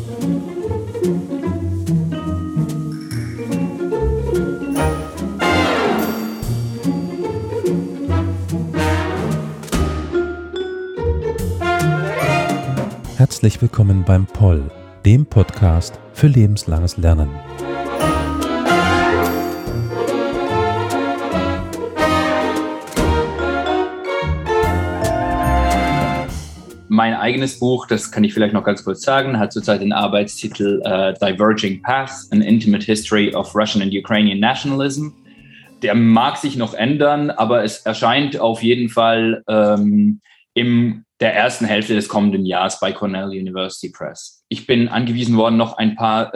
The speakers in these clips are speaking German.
Herzlich willkommen beim POL, dem Podcast für lebenslanges Lernen. Mein eigenes Buch, das kann ich vielleicht noch ganz kurz sagen, hat zurzeit den Arbeitstitel Diverging Paths, An Intimate History of Russian and Ukrainian Nationalism. Der mag sich noch ändern, aber es erscheint auf jeden Fall in der ersten Hälfte des kommenden Jahres bei Cornell University Press. Ich bin angewiesen worden, noch ein paar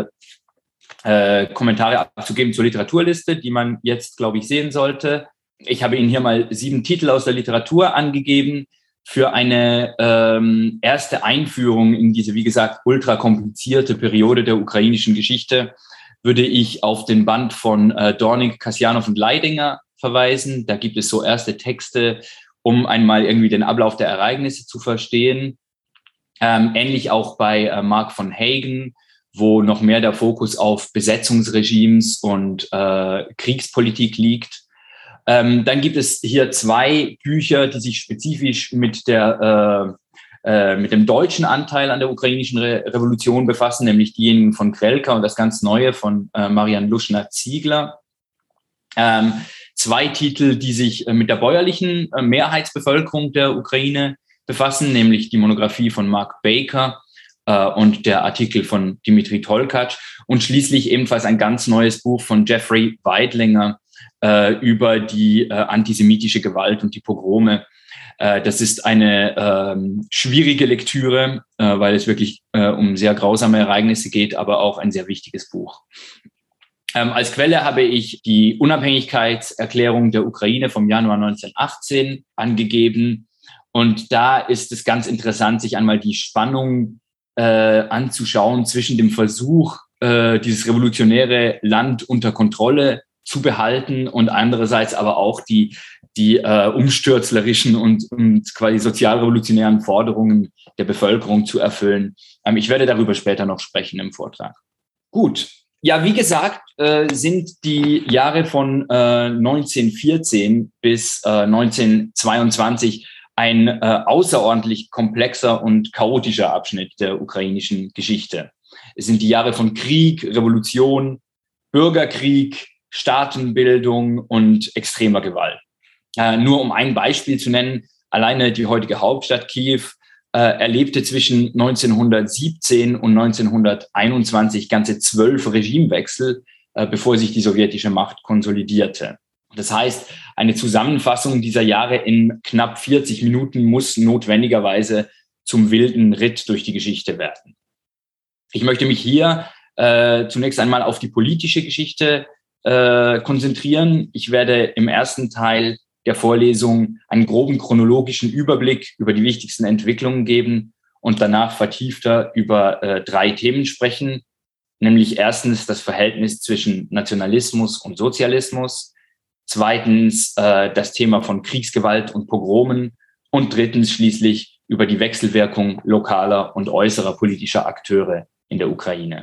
Kommentare abzugeben zur Literaturliste, die man jetzt, glaube ich, sehen sollte. Ich habe Ihnen hier mal 7 Titel aus der Literatur angegeben. Für eine erste Einführung in diese, wie gesagt, ultra komplizierte Periode der ukrainischen Geschichte würde ich auf den Band von Dornig, Kasjanov und Leidinger verweisen. Da gibt es so erste Texte, um einmal irgendwie den Ablauf der Ereignisse zu verstehen. Ähnlich auch bei Mark von Hagen, wo noch mehr der Fokus auf Besetzungsregimes und Kriegspolitik liegt. Dann gibt es hier 2 Bücher, die sich spezifisch mit dem deutschen Anteil an der ukrainischen Revolution befassen, nämlich diejenigen von Krelka und das ganz Neue von Marian Luschner-Ziegler. 2 Titel, die sich mit der bäuerlichen Mehrheitsbevölkerung der Ukraine befassen, nämlich die Monographie von Mark Baker und der Artikel von Dimitri Tolkac und schließlich ebenfalls ein ganz neues Buch von Jeffrey Weidlinger über die antisemitische Gewalt und die Pogrome. Das ist eine schwierige Lektüre, weil es wirklich um sehr grausame Ereignisse geht, aber auch ein sehr wichtiges Buch. Als Quelle habe ich die Unabhängigkeitserklärung der Ukraine vom Januar 1918 angegeben. Und da ist es ganz interessant, sich einmal die Spannung anzuschauen zwischen dem Versuch, dieses revolutionäre Land unter Kontrolle zu behalten und andererseits aber auch die umstürzlerischen und quasi sozialrevolutionären Forderungen der Bevölkerung zu erfüllen. Ich werde darüber später noch sprechen im Vortrag. Gut. Ja, wie gesagt, sind die Jahre von 1914 bis 1922 ein außerordentlich komplexer und chaotischer Abschnitt der ukrainischen Geschichte. Es sind die Jahre von Krieg, Revolution, Bürgerkrieg, Staatenbildung und extremer Gewalt. Nur um ein Beispiel zu nennen, alleine die heutige Hauptstadt Kiew erlebte zwischen 1917 und 1921 ganze 12 Regimewechsel, bevor sich die sowjetische Macht konsolidierte. Das heißt, eine Zusammenfassung dieser Jahre in knapp 40 Minuten muss notwendigerweise zum wilden Ritt durch die Geschichte werden. Ich möchte mich hier zunächst einmal auf die politische Geschichte konzentrieren. Ich werde im ersten Teil der Vorlesung einen groben chronologischen Überblick über die wichtigsten Entwicklungen geben und danach vertiefter über 3 Themen sprechen, nämlich erstens das Verhältnis zwischen Nationalismus und Sozialismus, zweitens das Thema von Kriegsgewalt und Pogromen und drittens schließlich über die Wechselwirkung lokaler und äußerer politischer Akteure in der Ukraine.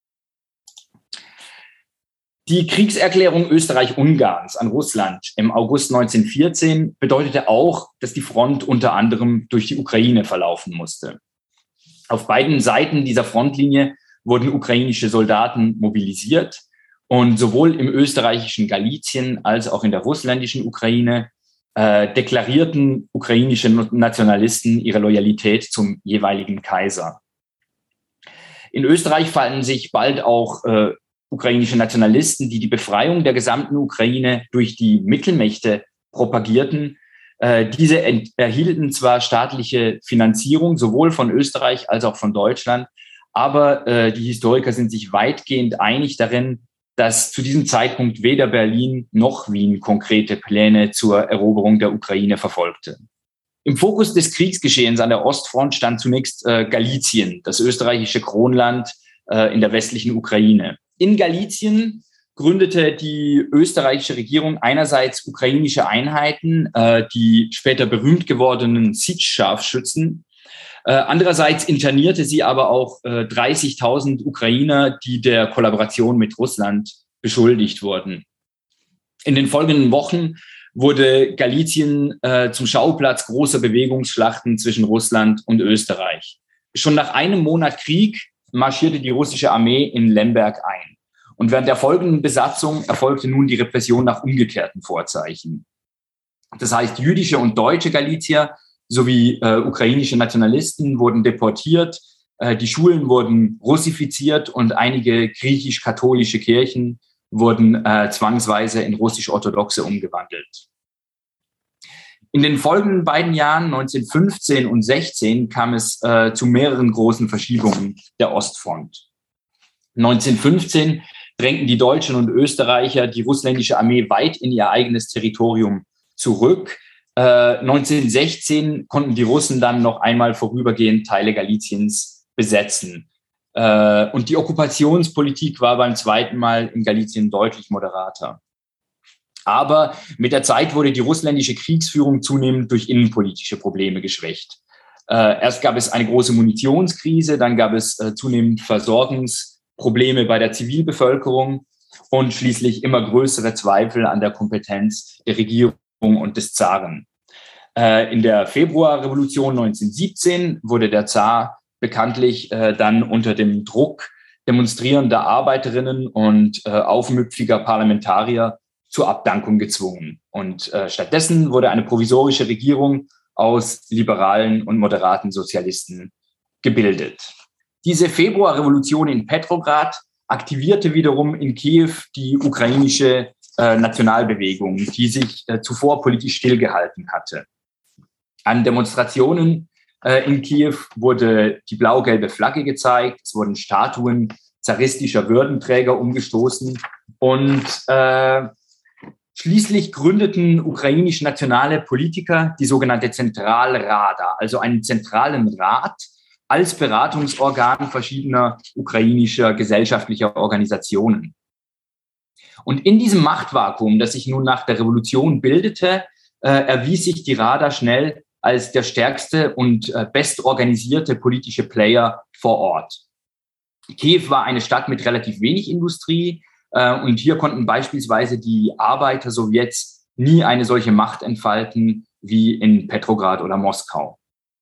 Die Kriegserklärung Österreich-Ungarns an Russland im August 1914 bedeutete auch, dass die Front unter anderem durch die Ukraine verlaufen musste. Auf beiden Seiten dieser Frontlinie wurden ukrainische Soldaten mobilisiert und sowohl im österreichischen Galizien als auch in der russländischen Ukraine deklarierten ukrainische Nationalisten ihre Loyalität zum jeweiligen Kaiser. In Österreich fanden sich bald auch ukrainische Nationalisten, die die Befreiung der gesamten Ukraine durch die Mittelmächte propagierten. Diese erhielten zwar staatliche Finanzierung, sowohl von Österreich als auch von Deutschland, aber die Historiker sind sich weitgehend einig darin, dass zu diesem Zeitpunkt weder Berlin noch Wien konkrete Pläne zur Eroberung der Ukraine verfolgte. Im Fokus des Kriegsgeschehens an der Ostfront stand zunächst Galizien, das österreichische Kronland in der westlichen Ukraine. In Galizien gründete die österreichische Regierung einerseits ukrainische Einheiten, die später berühmt gewordenen Sich-Scharfschützen, Andererseits internierte sie aber auch 30.000 Ukrainer, die der Kollaboration mit Russland beschuldigt wurden. In den folgenden Wochen wurde Galizien zum Schauplatz großer Bewegungsschlachten zwischen Russland und Österreich. Schon nach einem Monat Krieg marschierte die russische Armee in Lemberg ein. Und während der folgenden Besatzung erfolgte nun die Repression nach umgekehrten Vorzeichen. Das heißt, jüdische und deutsche Galizier sowie ukrainische Nationalisten wurden deportiert, die Schulen wurden russifiziert und einige griechisch-katholische Kirchen wurden zwangsweise in russisch-orthodoxe umgewandelt. In den folgenden beiden Jahren, 1915 und 16, kam es zu mehreren großen Verschiebungen der Ostfront. 1915 drängten die Deutschen und Österreicher die russländische Armee weit in ihr eigenes Territorium zurück. 1916 konnten die Russen dann noch einmal vorübergehend Teile Galiciens besetzen. Und die Okkupationspolitik war beim zweiten Mal in Galizien deutlich moderater. Aber mit der Zeit wurde die russländische Kriegsführung zunehmend durch innenpolitische Probleme geschwächt. Erst gab es eine große Munitionskrise, dann gab es zunehmend Versorgungsprobleme bei der Zivilbevölkerung und schließlich immer größere Zweifel an der Kompetenz der Regierung und des Zaren. In der Februarrevolution 1917 wurde der Zar bekanntlich dann unter dem Druck demonstrierender Arbeiterinnen und aufmüpfiger Parlamentarier zur Abdankung gezwungen. Und stattdessen wurde eine provisorische Regierung aus liberalen und moderaten Sozialisten gebildet. Diese Februarrevolution in Petrograd aktivierte wiederum in Kiew die ukrainische Nationalbewegung, die sich zuvor politisch stillgehalten hatte. An Demonstrationen in Kiew wurde die blau-gelbe Flagge gezeigt, es wurden Statuen zaristischer Würdenträger umgestoßen und schließlich gründeten ukrainische nationale Politiker die sogenannte Zentralrada, also einen zentralen Rat als Beratungsorgan verschiedener ukrainischer gesellschaftlicher Organisationen. Und in diesem Machtvakuum, das sich nun nach der Revolution bildete, erwies sich die Rada schnell als der stärkste und bestorganisierte politische Player vor Ort. Kiew war eine Stadt mit relativ wenig Industrie und hier konnten beispielsweise die Arbeiter-Sowjets nie eine solche Macht entfalten wie in Petrograd oder Moskau.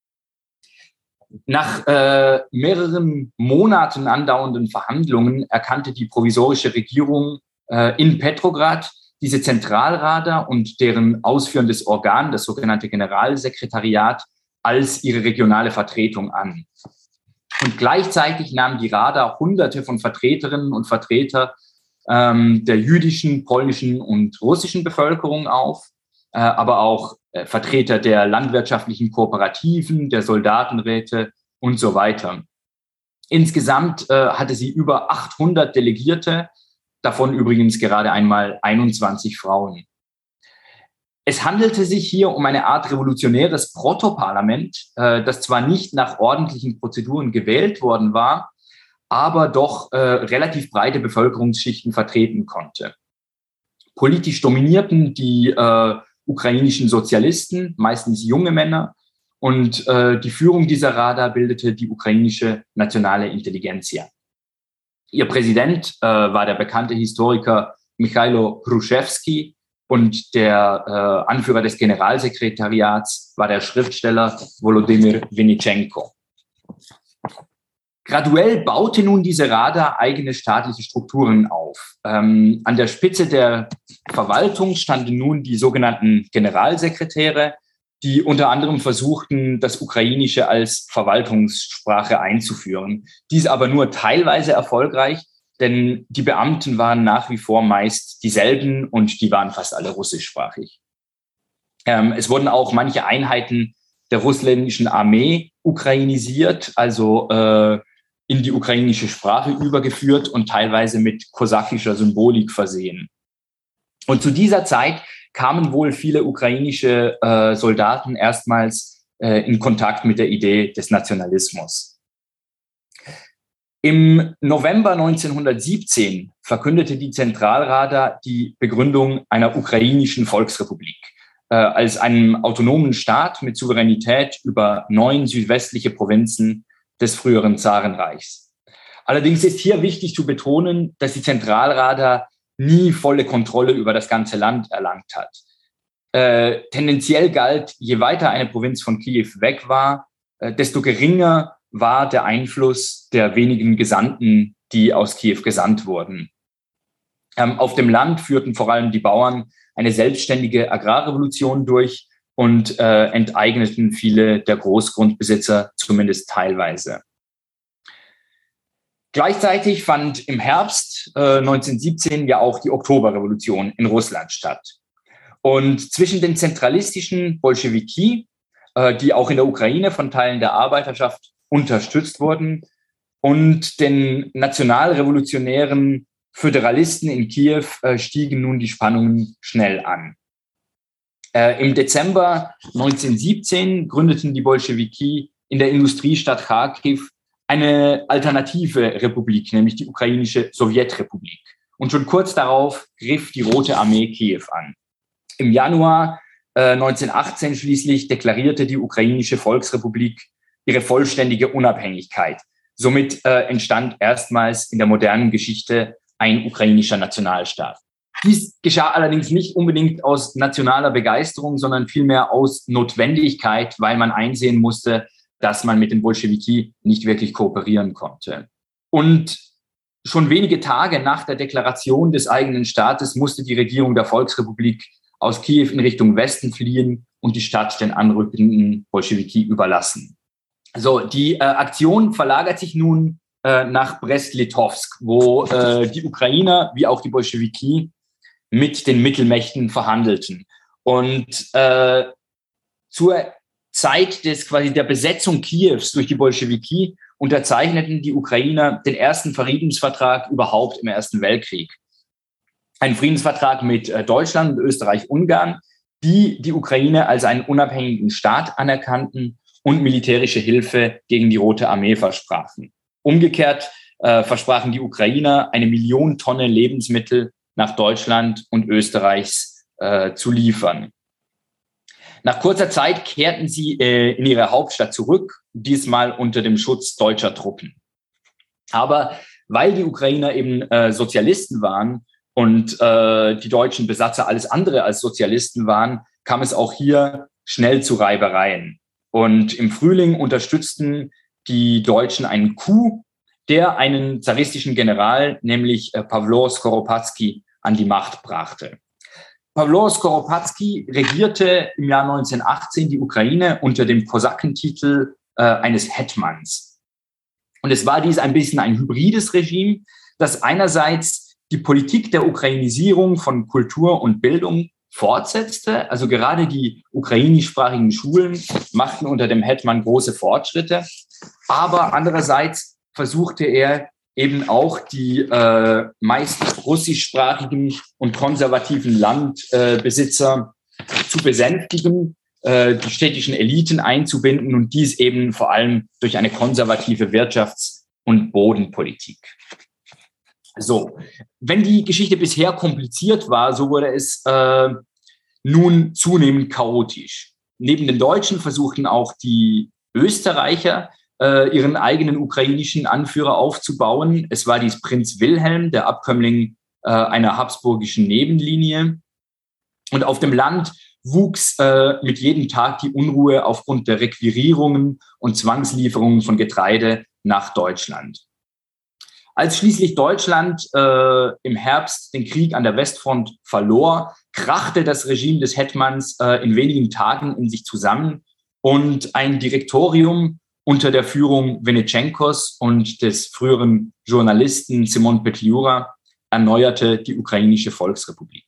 Nach mehreren Monaten andauernden Verhandlungen erkannte die provisorische Regierung in Petrograd diese Zentralrada und deren ausführendes Organ, das sogenannte Generalsekretariat, als ihre regionale Vertretung an. Und gleichzeitig nahm die Rada Hunderte von Vertreterinnen und Vertreter der jüdischen, polnischen und russischen Bevölkerung auf, aber auch Vertreter der landwirtschaftlichen Kooperativen, der Soldatenräte und so weiter. Insgesamt hatte sie über 800 Delegierte, davon übrigens gerade einmal 21 Frauen. Es handelte sich hier um eine Art revolutionäres Protoparlament, das zwar nicht nach ordentlichen Prozeduren gewählt worden war, aber doch relativ breite Bevölkerungsschichten vertreten konnte. Politisch dominierten die ukrainischen Sozialisten, meistens junge Männer, und die Führung dieser Rada bildete die ukrainische nationale Intelligenzia. Ihr Präsident war der bekannte Historiker Michailo Hruszewski und der Anführer des Generalsekretariats war der Schriftsteller Volodymyr Winnychenko. Graduell baute nun diese Rada eigene staatliche Strukturen auf. An der Spitze der Verwaltung standen nun die sogenannten Generalsekretäre, die unter anderem versuchten, das Ukrainische als Verwaltungssprache einzuführen. Dies aber nur teilweise erfolgreich, denn die Beamten waren nach wie vor meist dieselben und die waren fast alle russischsprachig. Es wurden auch manche Einheiten der russländischen Armee ukrainisiert, also in die ukrainische Sprache übergeführt und teilweise mit kosakischer Symbolik versehen. Und zu dieser Zeit kamen wohl viele ukrainische Soldaten erstmals in Kontakt mit der Idee des Nationalismus. Im November 1917 verkündete die Zentralrada die Begründung einer ukrainischen Volksrepublik. als einem autonomen Staat mit Souveränität über 9 südwestliche Provinzen des früheren Zarenreichs. Allerdings ist hier wichtig zu betonen, dass die Zentralrada nie volle Kontrolle über das ganze Land erlangt hat. Tendenziell galt, je weiter eine Provinz von Kiew weg war, desto geringer war der Einfluss der wenigen Gesandten, die aus Kiew gesandt wurden. Auf dem Land führten vor allem die Bauern eine selbstständige Agrarrevolution durch und enteigneten viele der Großgrundbesitzer zumindest teilweise. Gleichzeitig fand im Herbst 1917 ja auch die Oktoberrevolution in Russland statt. Und zwischen den zentralistischen Bolschewiki, die auch in der Ukraine von Teilen der Arbeiterschaft unterstützt wurden, und den nationalrevolutionären Föderalisten in Kiew stiegen nun die Spannungen schnell an. Im Dezember 1917 gründeten die Bolschewiki in der Industriestadt Charkiw eine alternative Republik, nämlich die ukrainische Sowjetrepublik. Und schon kurz darauf griff die Rote Armee Kiew an. Im Januar 1918 schließlich deklarierte die ukrainische Volksrepublik ihre vollständige Unabhängigkeit. Somit entstand erstmals in der modernen Geschichte ein ukrainischer Nationalstaat. Dies geschah allerdings nicht unbedingt aus nationaler Begeisterung, sondern vielmehr aus Notwendigkeit, weil man einsehen musste, dass man mit den Bolschewiki nicht wirklich kooperieren konnte. Und schon wenige Tage nach der Deklaration des eigenen Staates musste die Regierung der Volksrepublik aus Kiew in Richtung Westen fliehen und die Stadt den anrückenden Bolschewiki überlassen. So, die Aktion verlagert sich nun nach Brest-Litovsk, wo die Ukrainer wie auch die Bolschewiki mit den Mittelmächten verhandelten. Und zur Zeit der Besetzung Kiews durch die Bolschewiki unterzeichneten die Ukrainer den ersten Friedensvertrag überhaupt im Ersten Weltkrieg. Ein Friedensvertrag mit Deutschland und Österreich-Ungarn, die die Ukraine als einen unabhängigen Staat anerkannten und militärische Hilfe gegen die Rote Armee versprachen. Umgekehrt versprachen die Ukrainer 1 Million Tonnen Lebensmittel nach Deutschland und Österreichs zu liefern. Nach kurzer Zeit kehrten sie in ihre Hauptstadt zurück, diesmal unter dem Schutz deutscher Truppen. Aber weil die Ukrainer eben Sozialisten waren und die deutschen Besatzer alles andere als Sozialisten waren, kam es auch hier schnell zu Reibereien. Und im Frühling unterstützten die Deutschen einen Coup, der einen zaristischen General, nämlich Pawlo Skoropadsky, an die Macht brachte. Pawlo Skoropadsky regierte im Jahr 1918 die Ukraine unter dem Kosakentitel eines Hetmans. Und es war dies ein bisschen ein hybrides Regime, das einerseits die Politik der Ukrainisierung von Kultur und Bildung fortsetzte. Also gerade die ukrainischsprachigen Schulen machten unter dem Hetman große Fortschritte. Aber andererseits versuchte er eben auch die meist russischsprachigen und konservativen Landbesitzer zu besänftigen, die städtischen Eliten einzubinden und dies eben vor allem durch eine konservative Wirtschafts- und Bodenpolitik. So, wenn die Geschichte bisher kompliziert war, so wurde es nun zunehmend chaotisch. Neben den Deutschen versuchten auch die Österreicher, ihren eigenen ukrainischen Anführer aufzubauen. Es war dies Prinz Wilhelm, der Abkömmling einer habsburgischen Nebenlinie. Und auf dem Land wuchs mit jedem Tag die Unruhe aufgrund der Requirierungen und Zwangslieferungen von Getreide nach Deutschland. Als schließlich Deutschland im Herbst den Krieg an der Westfront verlor, krachte das Regime des Hetmans in wenigen Tagen in sich zusammen und ein Direktorium unter der Führung Wenitschenkos und des früheren Journalisten Simon Petliura erneuerte die ukrainische Volksrepublik.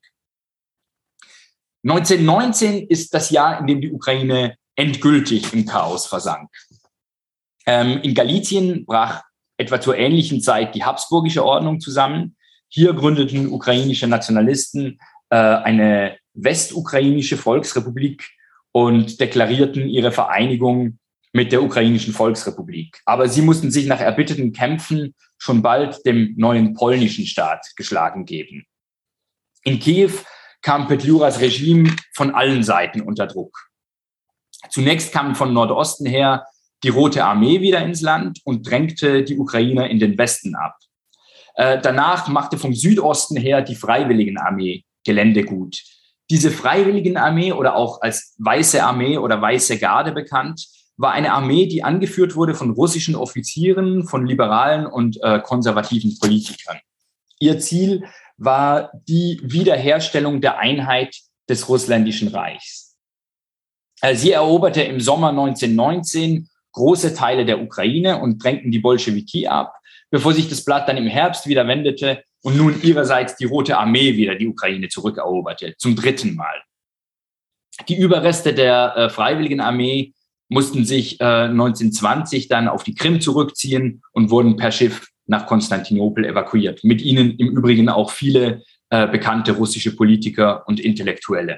1919 ist das Jahr, in dem die Ukraine endgültig im Chaos versank. In Galizien brach etwa zur ähnlichen Zeit die habsburgische Ordnung zusammen. Hier gründeten ukrainische Nationalisten eine westukrainische Volksrepublik und deklarierten ihre Vereinigung mit der ukrainischen Volksrepublik. Aber sie mussten sich nach erbitterten Kämpfen schon bald dem neuen polnischen Staat geschlagen geben. In Kiew kam Petliuras Regime von allen Seiten unter Druck. Zunächst kam von Nordosten her die Rote Armee wieder ins Land und drängte die Ukrainer in den Westen ab. Danach machte vom Südosten her die Freiwilligenarmee Gelände gut. Diese Freiwilligenarmee oder auch als Weiße Armee oder Weiße Garde bekannt, war eine Armee, die angeführt wurde von russischen Offizieren, von liberalen und konservativen Politikern. Ihr Ziel war die Wiederherstellung der Einheit des Russländischen Reichs. Sie eroberte im Sommer 1919 große Teile der Ukraine und drängten die Bolschewiki ab, bevor sich das Blatt dann im Herbst wieder wendete und nun ihrerseits die Rote Armee wieder die Ukraine zurückeroberte, zum 3. Mal. Die Überreste der Freiwilligenarmee mussten sich 1920 dann auf die Krim zurückziehen und wurden per Schiff nach Konstantinopel evakuiert. Mit ihnen im Übrigen auch viele bekannte russische Politiker und Intellektuelle.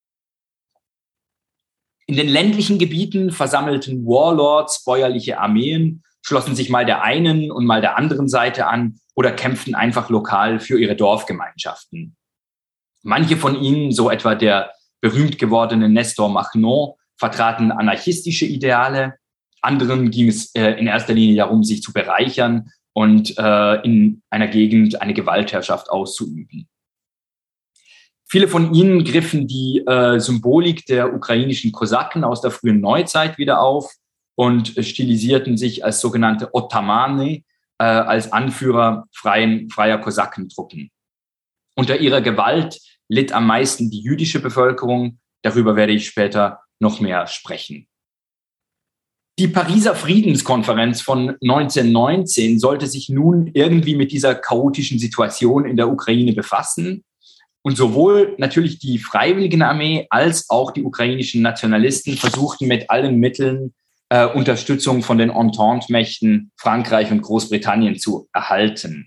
In den ländlichen Gebieten versammelten Warlords bäuerliche Armeen, schlossen sich mal der einen und mal der anderen Seite an oder kämpften einfach lokal für ihre Dorfgemeinschaften. Manche von ihnen, so etwa der berühmt gewordene Nestor Makhno, vertraten anarchistische Ideale. Anderen ging es in erster Linie darum, sich zu bereichern und in einer Gegend eine Gewaltherrschaft auszuüben. Viele von ihnen griffen die Symbolik der ukrainischen Kosaken aus der frühen Neuzeit wieder auf und stilisierten sich als sogenannte Otamane, als Anführer freier Kosakentruppen. Unter ihrer Gewalt litt am meisten die jüdische Bevölkerung. Darüber werde ich später noch mehr sprechen. Die Pariser Friedenskonferenz von 1919 sollte sich nun irgendwie mit dieser chaotischen Situation in der Ukraine befassen. Und sowohl natürlich die Freiwilligenarmee als auch die ukrainischen Nationalisten versuchten mit allen Mitteln Unterstützung von den Entente-Mächten Frankreich und Großbritannien zu erhalten.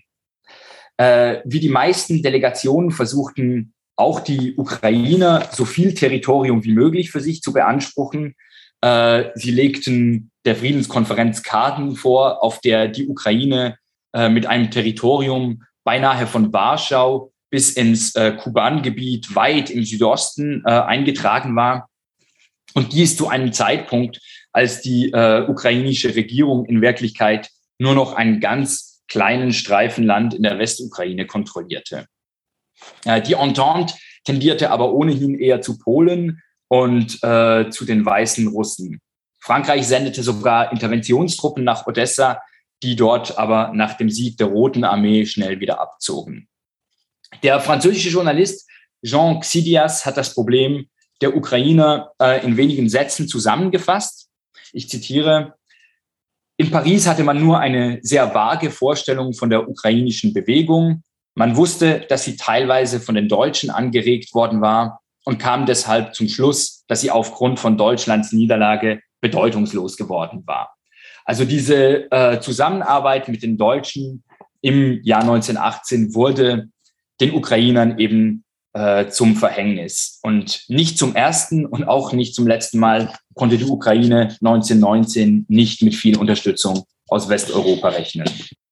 Wie die meisten Delegationen versuchten auch die Ukrainer so viel Territorium wie möglich für sich zu beanspruchen. Sie legten der Friedenskonferenz Karten vor, auf der die Ukraine mit einem Territorium beinahe von Warschau bis ins Kuban-Gebiet weit im Südosten eingetragen war. Und dies zu einem Zeitpunkt, als die ukrainische Regierung in Wirklichkeit nur noch einen ganz kleinen Streifen Land in der Westukraine kontrollierte. Die Entente tendierte aber ohnehin eher zu Polen und zu den weißen Russen. Frankreich sendete sogar Interventionstruppen nach Odessa, die dort aber nach dem Sieg der Roten Armee schnell wieder abzogen. Der französische Journalist Jean Xidias hat das Problem der Ukrainer in wenigen Sätzen zusammengefasst. Ich zitiere: In Paris hatte man nur eine sehr vage Vorstellung von der ukrainischen Bewegung. Man wusste, dass sie teilweise von den Deutschen angeregt worden war und kam deshalb zum Schluss, dass sie aufgrund von Deutschlands Niederlage bedeutungslos geworden war. Also diese Zusammenarbeit mit den Deutschen im Jahr 1918 wurde den Ukrainern eben zum Verhängnis. Und nicht zum ersten und auch nicht zum letzten Mal konnte die Ukraine 1919 nicht mit viel Unterstützung aus Westeuropa rechnen.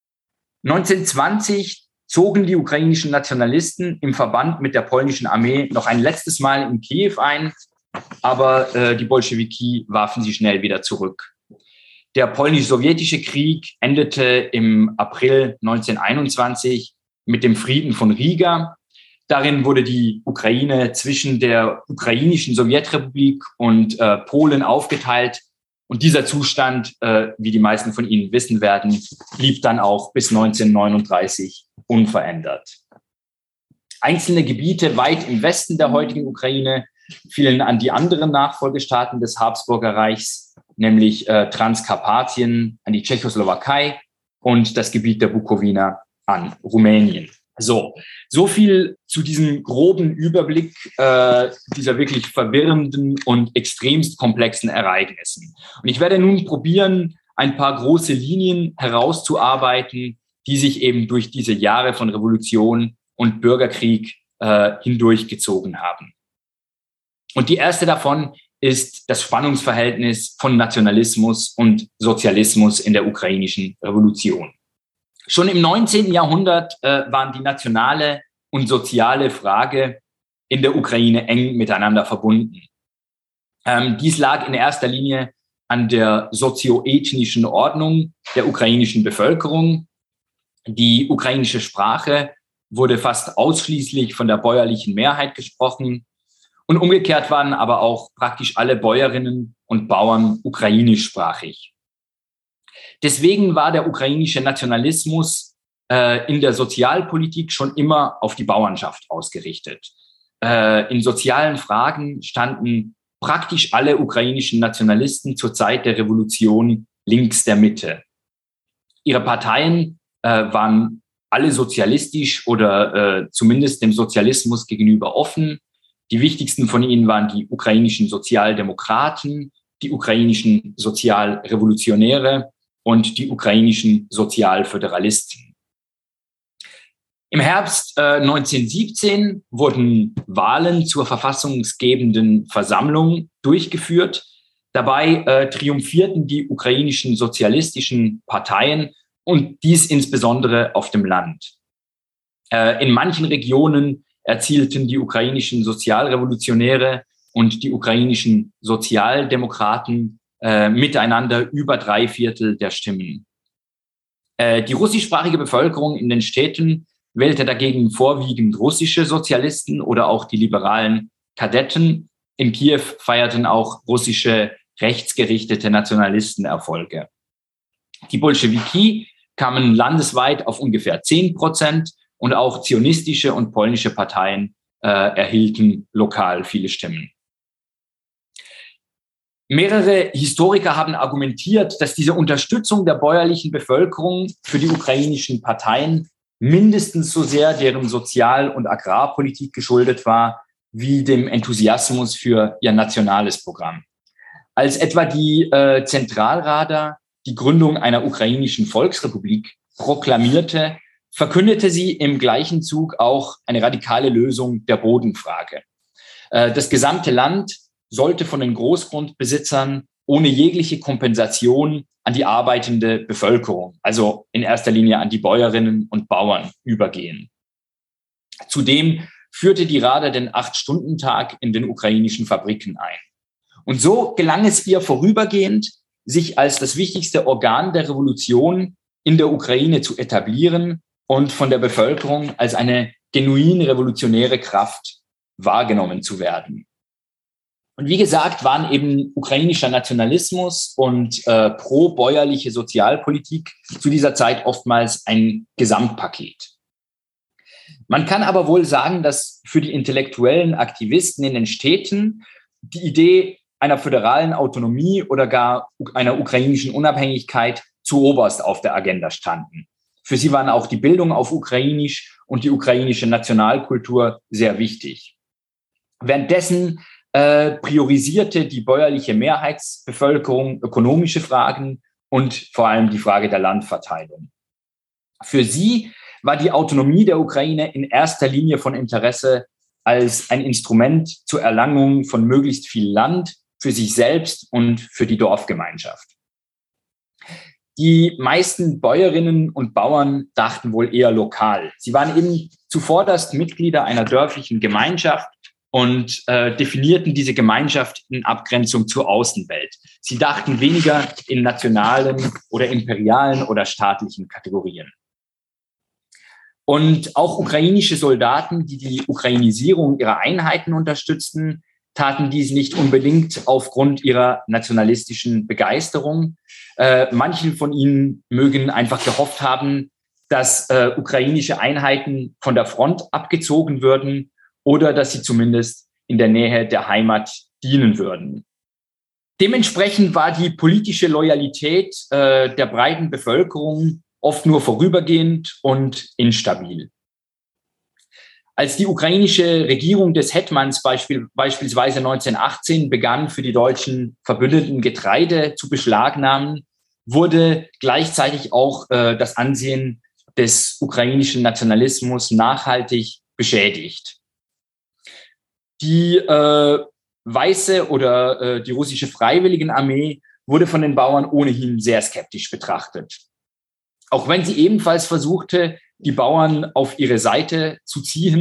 1920 zogen die ukrainischen Nationalisten im Verband mit der polnischen Armee noch ein letztes Mal in Kiew ein, aber die Bolschewiki warfen sie schnell wieder zurück. Der polnisch-sowjetische Krieg endete im April 1921 mit dem Frieden von Riga. Darin wurde die Ukraine zwischen der ukrainischen Sowjetrepublik und Polen aufgeteilt. Und dieser Zustand, wie die meisten von Ihnen wissen werden, blieb dann auch bis 1939 unverändert. Einzelne Gebiete weit im Westen der heutigen Ukraine fielen an die anderen Nachfolgestaaten des Habsburger Reichs, nämlich Transkarpatien, an die Tschechoslowakei und das Gebiet der Bukowina an Rumänien. So viel zu diesem groben Überblick dieser wirklich verwirrenden und extremst komplexen Ereignissen. Und ich werde nun probieren, ein paar große Linien herauszuarbeiten, die sich eben durch diese Jahre von Revolution und Bürgerkrieg hindurchgezogen haben. Und die erste davon ist das Spannungsverhältnis von Nationalismus und Sozialismus in der ukrainischen Revolution. Schon im 19. Jahrhundert waren die nationale und soziale Frage in der Ukraine eng miteinander verbunden. Dies lag in erster Linie an der sozioethnischen Ordnung der ukrainischen Bevölkerung. Die ukrainische Sprache wurde fast ausschließlich von der bäuerlichen Mehrheit gesprochen. Und umgekehrt waren aber auch praktisch alle Bäuerinnen und Bauern ukrainischsprachig. Deswegen war der ukrainische Nationalismus in der Sozialpolitik schon immer auf die Bauernschaft ausgerichtet. In sozialen Fragen standen praktisch alle ukrainischen Nationalisten zur Zeit der Revolution links der Mitte. Ihre Parteien waren alle sozialistisch oder zumindest dem Sozialismus gegenüber offen. Die wichtigsten von ihnen waren die ukrainischen Sozialdemokraten, die ukrainischen Sozialrevolutionäre und die ukrainischen Sozialföderalisten. Im Herbst 1917 wurden Wahlen zur verfassungsgebenden Versammlung durchgeführt. Dabei triumphierten die ukrainischen sozialistischen Parteien und dies insbesondere auf dem Land. In manchen Regionen erzielten die ukrainischen Sozialrevolutionäre und die ukrainischen Sozialdemokraten miteinander über 3/4 der Stimmen. Die russischsprachige Bevölkerung in den Städten wählte dagegen vorwiegend russische Sozialisten oder auch die liberalen Kadetten. In Kiew feierten auch russische rechtsgerichtete Nationalisten Erfolge. Die Bolschewiki kamen landesweit auf ungefähr 10% und auch zionistische und polnische Parteien erhielten lokal viele Stimmen. Mehrere Historiker haben argumentiert, dass diese Unterstützung der bäuerlichen Bevölkerung für die ukrainischen Parteien mindestens so sehr deren Sozial- und Agrarpolitik geschuldet war, wie dem Enthusiasmus für ihr nationales Programm. Als etwa die Zentralrada die Gründung einer ukrainischen Volksrepublik proklamierte, verkündete sie im gleichen Zug auch eine radikale Lösung der Bodenfrage. Das gesamte Land sollte von den Großgrundbesitzern ohne jegliche Kompensation an die arbeitende Bevölkerung, also in erster Linie an die Bäuerinnen und Bauern, übergehen. Zudem führte die Rada den 8-Stunden-Tag in den ukrainischen Fabriken ein. Und so gelang es ihr vorübergehend, sich als das wichtigste Organ der Revolution in der Ukraine zu etablieren und von der Bevölkerung als eine genuin revolutionäre Kraft wahrgenommen zu werden. Und wie gesagt, waren eben ukrainischer Nationalismus und pro-bäuerliche Sozialpolitik zu dieser Zeit oftmals ein Gesamtpaket. Man kann aber wohl sagen, dass für die intellektuellen Aktivisten in den Städten die Idee einer föderalen Autonomie oder gar einer ukrainischen Unabhängigkeit zuoberst auf der Agenda standen. Für sie waren auch die Bildung auf Ukrainisch und die ukrainische Nationalkultur sehr wichtig. Währenddessen priorisierte die bäuerliche Mehrheitsbevölkerung ökonomische Fragen und vor allem die Frage der Landverteilung. Für sie war die Autonomie der Ukraine in erster Linie von Interesse als ein Instrument zur Erlangung von möglichst viel Land für sich selbst und für die Dorfgemeinschaft. Die meisten Bäuerinnen und Bauern dachten wohl eher lokal. Sie waren eben zuvorderst Mitglieder einer dörflichen Gemeinschaft und definierten diese Gemeinschaft in Abgrenzung zur Außenwelt. Sie dachten weniger in nationalen oder imperialen oder staatlichen Kategorien. Und auch ukrainische Soldaten, die die Ukrainisierung ihrer Einheiten unterstützten, taten dies nicht unbedingt aufgrund ihrer nationalistischen Begeisterung. Manche von ihnen mögen einfach gehofft haben, dass ukrainische Einheiten von der Front abgezogen würden oder dass sie zumindest in der Nähe der Heimat dienen würden. Dementsprechend war die politische Loyalität der breiten Bevölkerung oft nur vorübergehend und instabil. Als die ukrainische Regierung des Hetmans beispielsweise 1918 begann, für die deutschen Verbündeten Getreide zu beschlagnahmen, wurde gleichzeitig auch das Ansehen des ukrainischen Nationalismus nachhaltig beschädigt. Die weiße oder die russische Freiwilligenarmee wurde von den Bauern ohnehin sehr skeptisch betrachtet. Auch wenn sie ebenfalls versuchte, die Bauern auf ihre Seite zu ziehen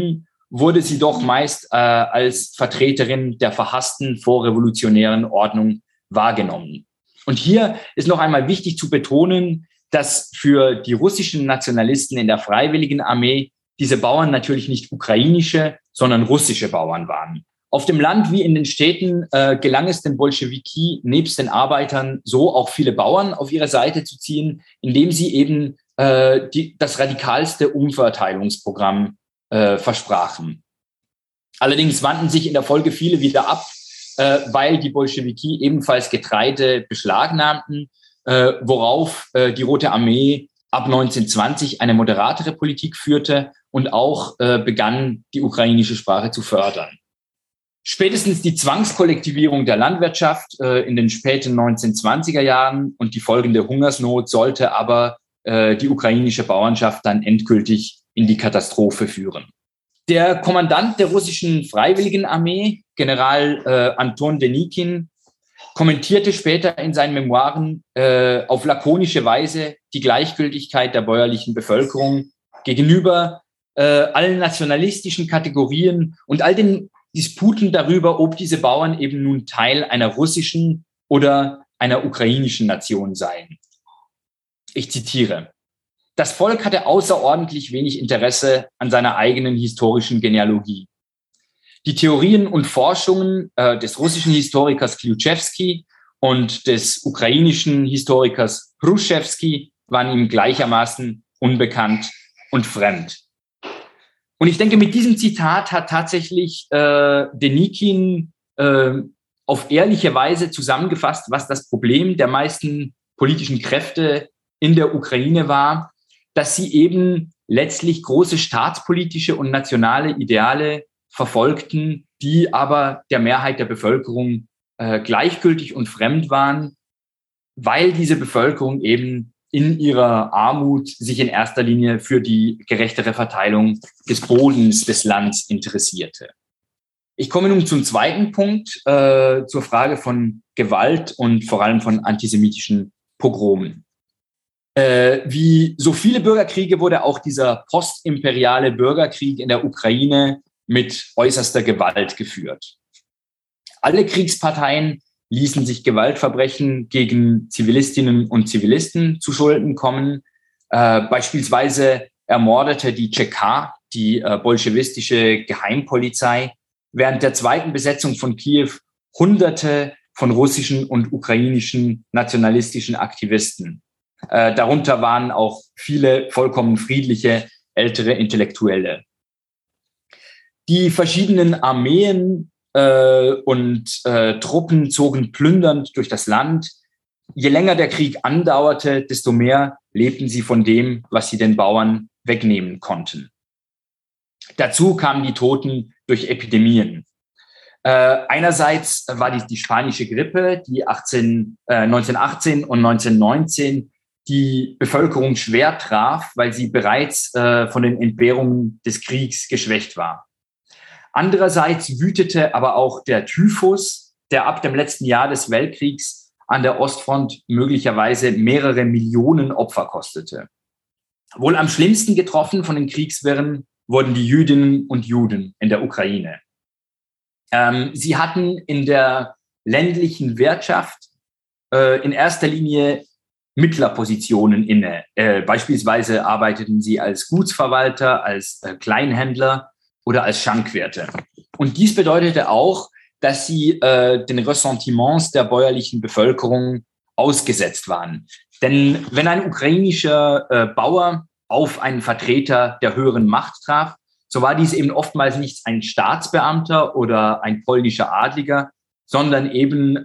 wurde sie doch meist als Vertreterin der verhassten vorrevolutionären Ordnung wahrgenommen. Und hier ist noch einmal wichtig zu betonen, dass für die russischen Nationalisten in der Freiwilligen Armee diese Bauern natürlich nicht ukrainische, sondern russische Bauern waren. Auf dem Land wie in den Städten gelang es den Bolschewiki, nebst den Arbeitern so auch viele Bauern auf ihre Seite zu ziehen, indem sie eben das radikalste Umverteilungsprogramm versprachen. Allerdings wandten sich in der Folge viele wieder ab, weil die Bolschewiki ebenfalls Getreide beschlagnahmten, worauf die Rote Armee ab 1920 eine moderatere Politik führte und auch begann, die ukrainische Sprache zu fördern. Spätestens die Zwangskollektivierung der Landwirtschaft in den späten 1920er Jahren und die folgende Hungersnot sollte aber die ukrainische Bauernschaft dann endgültig in die Katastrophe führen. Der Kommandant der russischen Freiwilligenarmee, General Anton Denikin, kommentierte später in seinen Memoiren auf lakonische Weise die Gleichgültigkeit der bäuerlichen Bevölkerung gegenüber allen nationalistischen Kategorien und all den Disputen darüber, ob diese Bauern eben nun Teil einer russischen oder einer ukrainischen Nation seien. Ich zitiere: Das Volk hatte außerordentlich wenig Interesse an seiner eigenen historischen Genealogie. Die Theorien und Forschungen des russischen Historikers Kliuchevsky und des ukrainischen Historikers Hruschewski waren ihm gleichermaßen unbekannt und fremd. Und ich denke, mit diesem Zitat hat tatsächlich Denikin auf ehrliche Weise zusammengefasst, was das Problem der meisten politischen Kräfte in der Ukraine war, dass sie eben letztlich große staatspolitische und nationale Ideale verfolgten, die aber der Mehrheit der Bevölkerung gleichgültig und fremd waren, weil diese Bevölkerung eben in ihrer Armut sich in erster Linie für die gerechtere Verteilung des Bodens des Landes interessierte. Ich komme nun zum zweiten Punkt, zur Frage von Gewalt und vor allem von antisemitischen Pogromen. Wie so viele Bürgerkriege wurde auch dieser postimperiale Bürgerkrieg in der Ukraine mit äußerster Gewalt geführt. Alle Kriegsparteien ließen sich Gewaltverbrechen gegen Zivilistinnen und Zivilisten zu Schulden kommen. Beispielsweise ermordete die Tscheka, die bolschewistische Geheimpolizei, während der zweiten Besetzung von Kiew Hunderte von russischen und ukrainischen nationalistischen Aktivisten. Darunter waren auch viele vollkommen friedliche ältere Intellektuelle. Die verschiedenen Armeen und Truppen zogen plündernd durch das Land. Je länger der Krieg andauerte, desto mehr lebten sie von dem, was sie den Bauern wegnehmen konnten. Dazu kamen die Toten durch Epidemien. Einerseits war die spanische Grippe, die 1918 und 1919 die Bevölkerung schwer traf, weil sie bereits von den Entbehrungen des Kriegs geschwächt war. Andererseits wütete aber auch der Typhus, der ab dem letzten Jahr des Weltkriegs an der Ostfront möglicherweise mehrere Millionen Opfer kostete. Wohl am schlimmsten getroffen von den Kriegswirren wurden die Jüdinnen und Juden in der Ukraine. Sie hatten in der ländlichen Wirtschaft in erster Linie Mittlerpositionen inne. Beispielsweise arbeiteten sie als Gutsverwalter, als Kleinhändler oder als Schankwirte. Und dies bedeutete auch, dass sie den Ressentiments der bäuerlichen Bevölkerung ausgesetzt waren. Denn wenn ein ukrainischer Bauer auf einen Vertreter der höheren Macht traf, so war dies eben oftmals nicht ein Staatsbeamter oder ein polnischer Adliger, sondern eben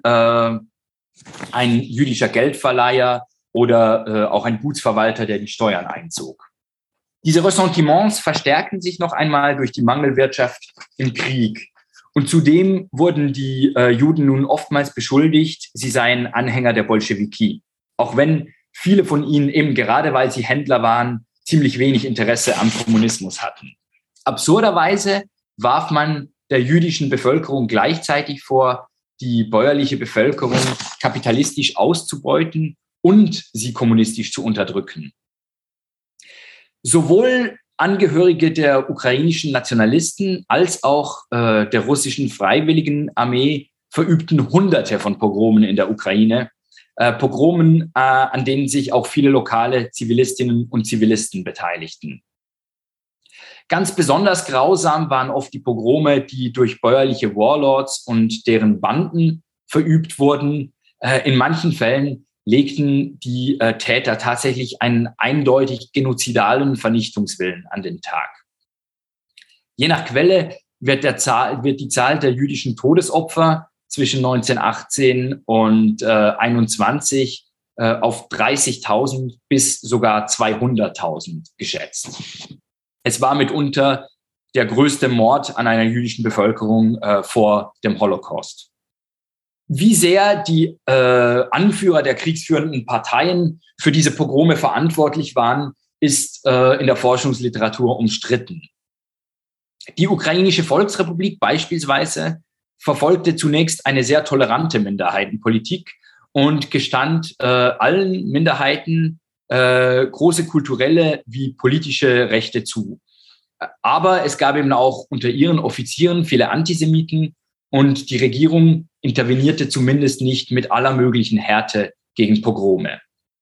ein jüdischer Geldverleiher oder auch ein Gutsverwalter, der die Steuern einzog. Diese Ressentiments verstärkten sich noch einmal durch die Mangelwirtschaft im Krieg. Und zudem wurden die Juden nun oftmals beschuldigt, sie seien Anhänger der Bolschewiki. Auch wenn viele von ihnen eben gerade weil sie Händler waren, ziemlich wenig Interesse am Kommunismus hatten. Absurderweise warf man der jüdischen Bevölkerung gleichzeitig vor, die bäuerliche Bevölkerung kapitalistisch auszubeuten und sie kommunistisch zu unterdrücken. Sowohl Angehörige der ukrainischen Nationalisten als auch der russischen Freiwilligenarmee verübten Hunderte von Pogromen in der Ukraine. Pogromen, an denen sich auch viele lokale Zivilistinnen und Zivilisten beteiligten. Ganz besonders grausam waren oft die Pogrome, die durch bäuerliche Warlords und deren Banden verübt wurden. In manchen Fällen legten die Täter tatsächlich einen eindeutig genozidalen Vernichtungswillen an den Tag. Je nach Quelle wird die Zahl der jüdischen Todesopfer zwischen 1918 und 21 auf 30.000 bis sogar 200.000 geschätzt. Es war mitunter der größte Mord an einer jüdischen Bevölkerung vor dem Holocaust. Wie sehr die Anführer der kriegsführenden Parteien für diese Pogrome verantwortlich waren, ist in der Forschungsliteratur umstritten. Die Ukrainische Volksrepublik beispielsweise verfolgte zunächst eine sehr tolerante Minderheitenpolitik und gestand allen Minderheiten große kulturelle wie politische Rechte zu. Aber es gab eben auch unter ihren Offizieren viele Antisemiten und die Regierung intervenierte zumindest nicht mit aller möglichen Härte gegen Pogrome.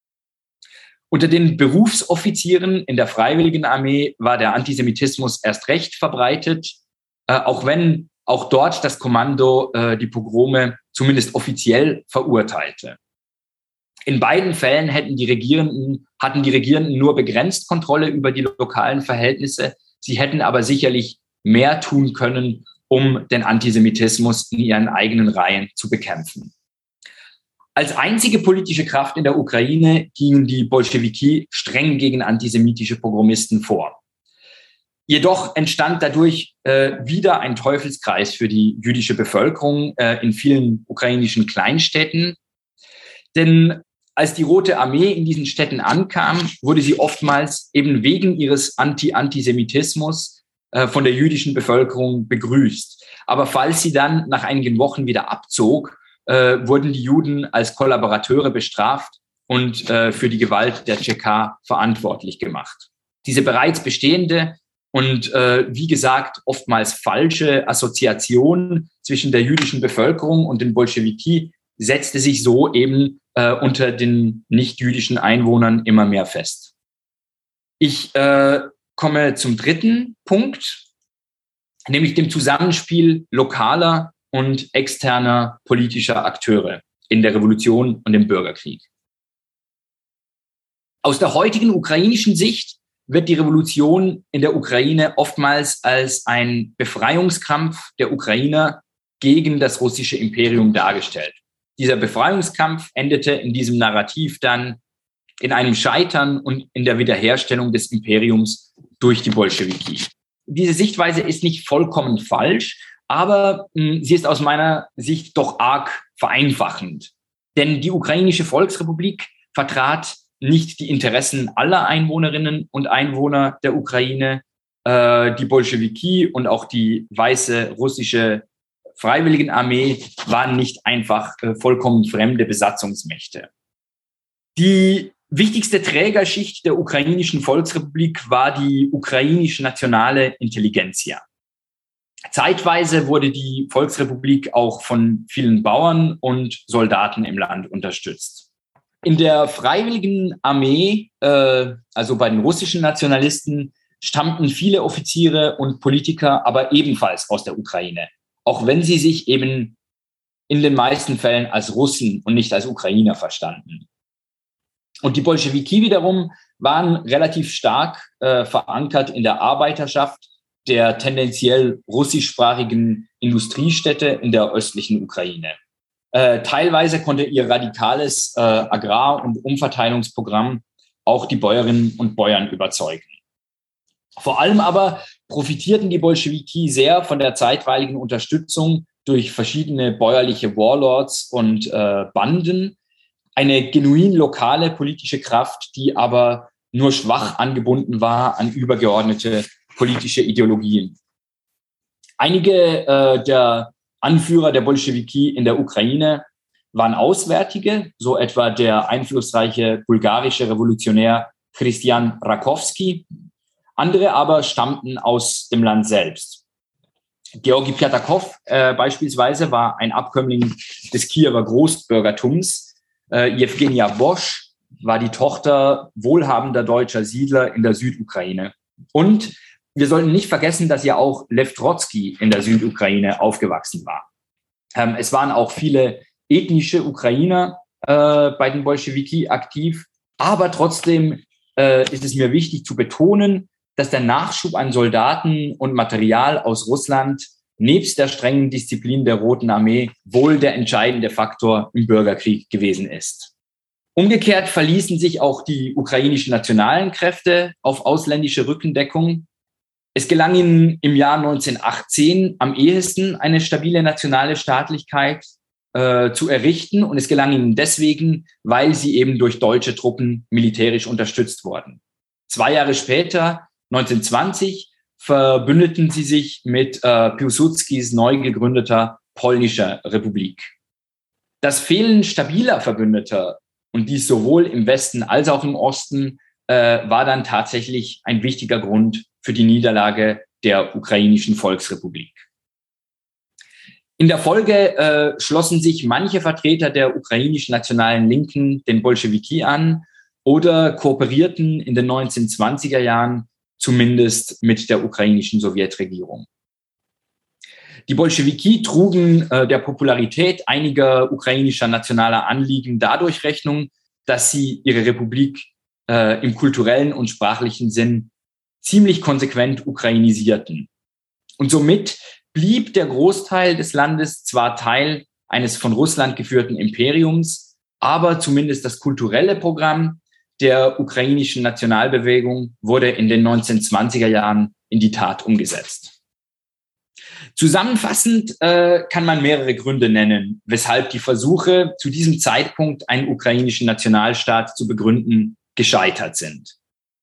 Unter den Berufsoffizieren in der Freiwilligenarmee war der Antisemitismus erst recht verbreitet, auch wenn auch dort das Kommando die Pogrome zumindest offiziell verurteilte. In beiden Fällen hatten die Regierenden nur begrenzt Kontrolle über die lokalen Verhältnisse. Sie hätten aber sicherlich mehr tun können, um den Antisemitismus in ihren eigenen Reihen zu bekämpfen. Als einzige politische Kraft in der Ukraine gingen die Bolschewiki streng gegen antisemitische Pogromisten vor. Jedoch entstand dadurch wieder ein Teufelskreis für die jüdische Bevölkerung in vielen ukrainischen Kleinstädten. Denn als die Rote Armee in diesen Städten ankam, wurde sie oftmals eben wegen ihres Antisemitismus von der jüdischen Bevölkerung begrüßt. Aber falls sie dann nach einigen Wochen wieder abzog, wurden die Juden als Kollaborateure bestraft und für die Gewalt der Tscheka verantwortlich gemacht. Diese bereits bestehende und wie gesagt oftmals falsche Assoziation zwischen der jüdischen Bevölkerung und den Bolschewiki setzte sich so eben unter den nicht-jüdischen Einwohnern immer mehr fest. Ich komme zum dritten Punkt, nämlich dem Zusammenspiel lokaler und externer politischer Akteure in der Revolution und im Bürgerkrieg. Aus der heutigen ukrainischen Sicht wird die Revolution in der Ukraine oftmals als ein Befreiungskampf der Ukrainer gegen das russische Imperium dargestellt. Dieser Befreiungskampf endete in diesem Narrativ dann in einem Scheitern und in der Wiederherstellung des Imperiums durch die Bolschewiki. Diese Sichtweise ist nicht vollkommen falsch, aber sie ist aus meiner Sicht doch arg vereinfachend. Denn die Ukrainische Volksrepublik vertrat nicht die Interessen aller Einwohnerinnen und Einwohner der Ukraine. Die Bolschewiki und auch die weiße russische Freiwilligenarmee waren nicht einfach vollkommen fremde Besatzungsmächte. Die wichtigste Trägerschicht der ukrainischen Volksrepublik war die ukrainische nationale Intelligenzia. Zeitweise wurde die Volksrepublik auch von vielen Bauern und Soldaten im Land unterstützt. In der Freiwilligen Armee, also bei den russischen Nationalisten, stammten viele Offiziere und Politiker aber ebenfalls aus der Ukraine, auch wenn sie sich eben in den meisten Fällen als Russen und nicht als Ukrainer verstanden. Und die Bolschewiki wiederum waren relativ stark verankert in der Arbeiterschaft der tendenziell russischsprachigen Industriestädte in der östlichen Ukraine. Teilweise konnte ihr radikales Agrar- und Umverteilungsprogramm auch die Bäuerinnen und Bauern überzeugen. Vor allem aber profitierten die Bolschewiki sehr von der zeitweiligen Unterstützung durch verschiedene bäuerliche Warlords und Banden. Eine genuin lokale politische Kraft, die aber nur schwach angebunden war an übergeordnete politische Ideologien. Einige der Anführer der Bolschewiki in der Ukraine waren Auswärtige, so etwa der einflussreiche bulgarische Revolutionär Christian Rakowski. Andere aber stammten aus dem Land selbst. Georgi Pjatakow beispielsweise war ein Abkömmling des Kiewer Großbürgertums. Jewgenia Bosch war die Tochter wohlhabender deutscher Siedler in der Südukraine. Und wir sollten nicht vergessen, dass ja auch Lew Trotzki in der Südukraine aufgewachsen war. Es waren auch viele ethnische Ukrainer bei den Bolschewiki aktiv. Aber trotzdem ist es mir wichtig zu betonen, dass der Nachschub an Soldaten und Material aus Russland nebst der strengen Disziplin der Roten Armee wohl der entscheidende Faktor im Bürgerkrieg gewesen ist. Umgekehrt verließen sich auch die ukrainischen nationalen Kräfte auf ausländische Rückendeckung. Es gelang ihnen im Jahr 1918 am ehesten eine stabile nationale Staatlichkeit zu errichten. Und es gelang ihnen deswegen, weil sie eben durch deutsche Truppen militärisch unterstützt wurden. 2 Jahre später, 1920, verbündeten sie sich mit Piłsudskis neu gegründeter Polnischer Republik. Das Fehlen stabiler Verbündeter, und dies sowohl im Westen als auch im Osten, war dann tatsächlich ein wichtiger Grund für die Niederlage der ukrainischen Volksrepublik. In der Folge schlossen sich manche Vertreter der ukrainischen nationalen Linken den Bolschewiki an oder kooperierten in den 1920er Jahren zumindest mit der ukrainischen Sowjetregierung. Die Bolschewiki trugen der Popularität einiger ukrainischer nationaler Anliegen dadurch Rechnung, dass sie ihre Republik im kulturellen und sprachlichen Sinn ziemlich konsequent ukrainisierten. Und somit blieb der Großteil des Landes zwar Teil eines von Russland geführten Imperiums, aber zumindest das kulturelle Programm der ukrainischen Nationalbewegung wurde in den 1920er Jahren in die Tat umgesetzt. Zusammenfassend kann man mehrere Gründe nennen, weshalb die Versuche, zu diesem Zeitpunkt einen ukrainischen Nationalstaat zu begründen, gescheitert sind.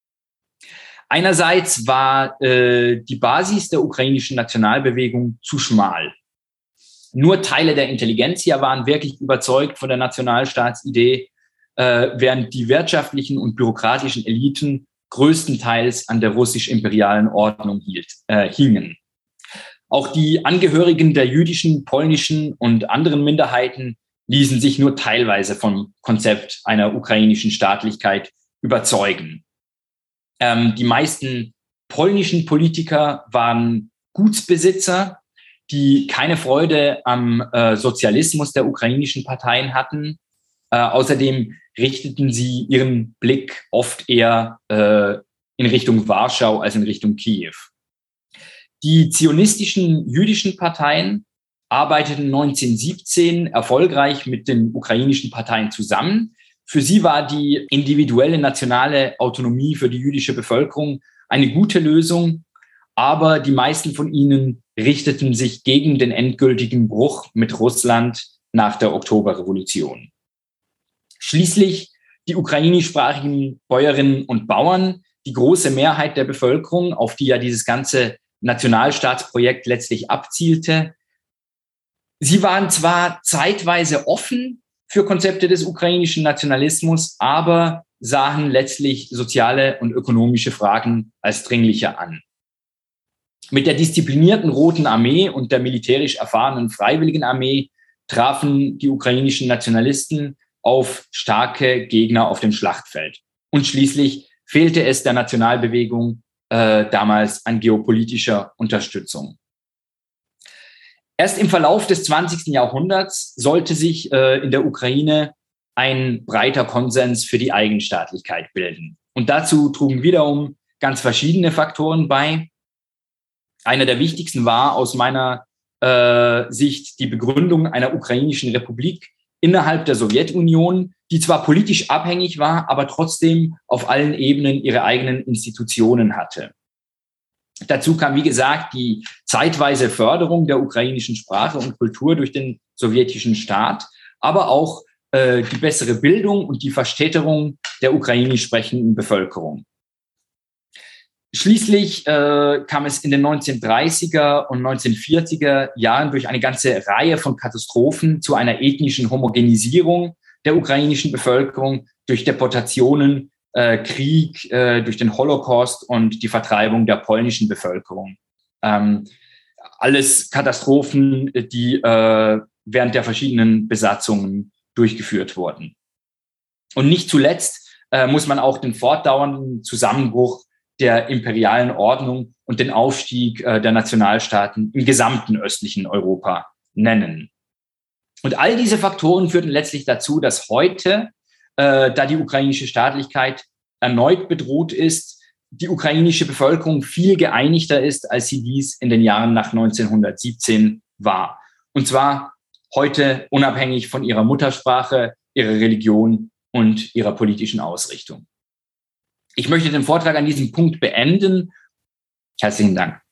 Einerseits war die Basis der ukrainischen Nationalbewegung zu schmal. Nur Teile der Intelligenzia waren wirklich überzeugt von der Nationalstaatsidee, während die wirtschaftlichen und bürokratischen Eliten größtenteils an der russisch-imperialen Ordnung hingen. Auch die Angehörigen der jüdischen, polnischen und anderen Minderheiten ließen sich nur teilweise vom Konzept einer ukrainischen Staatlichkeit überzeugen. Die meisten polnischen Politiker waren Gutsbesitzer, die keine Freude am Sozialismus der ukrainischen Parteien hatten. Außerdem richteten sie ihren Blick oft eher in Richtung Warschau als in Richtung Kiew. Die zionistischen jüdischen Parteien arbeiteten 1917 erfolgreich mit den ukrainischen Parteien zusammen. Für sie war die individuelle nationale Autonomie für die jüdische Bevölkerung eine gute Lösung, aber die meisten von ihnen richteten sich gegen den endgültigen Bruch mit Russland nach der Oktoberrevolution. Schließlich die ukrainischsprachigen Bäuerinnen und Bauern, die große Mehrheit der Bevölkerung, auf die ja dieses ganze Nationalstaatsprojekt letztlich abzielte. Sie waren zwar zeitweise offen für Konzepte des ukrainischen Nationalismus, aber sahen letztlich soziale und ökonomische Fragen als dringlicher an. Mit der disziplinierten Roten Armee und der militärisch erfahrenen Freiwilligenarmee trafen die ukrainischen Nationalisten auf starke Gegner auf dem Schlachtfeld. Und schließlich fehlte es der Nationalbewegung damals an geopolitischer Unterstützung. Erst im Verlauf des 20. Jahrhunderts sollte sich in der Ukraine ein breiter Konsens für die Eigenstaatlichkeit bilden. Und dazu trugen wiederum ganz verschiedene Faktoren bei. Einer der wichtigsten war aus meiner Sicht die Begründung einer ukrainischen Republik innerhalb der Sowjetunion, die zwar politisch abhängig war, aber trotzdem auf allen Ebenen ihre eigenen Institutionen hatte. Dazu kam, wie gesagt, die zeitweise Förderung der ukrainischen Sprache und Kultur durch den sowjetischen Staat, aber auch die bessere Bildung und die Verstädterung der ukrainisch sprechenden Bevölkerung. Schließlich kam es in den 1930er und 1940er Jahren durch eine ganze Reihe von Katastrophen zu einer ethnischen Homogenisierung der ukrainischen Bevölkerung durch Deportationen Krieg, durch den Holocaust und die Vertreibung der polnischen Bevölkerung. Alles Katastrophen, die während der verschiedenen Besatzungen durchgeführt wurden. Und nicht zuletzt muss man auch den fortdauernden Zusammenbruch der imperialen Ordnung und den Aufstieg der Nationalstaaten im gesamten östlichen Europa nennen. Und all diese Faktoren führten letztlich dazu, dass heute, da die ukrainische Staatlichkeit erneut bedroht ist, die ukrainische Bevölkerung viel geeinigter ist, als sie dies in den Jahren nach 1917 war. Und zwar heute unabhängig von ihrer Muttersprache, ihrer Religion und ihrer politischen Ausrichtung. Ich möchte den Vortrag an diesem Punkt beenden. Herzlichen Dank.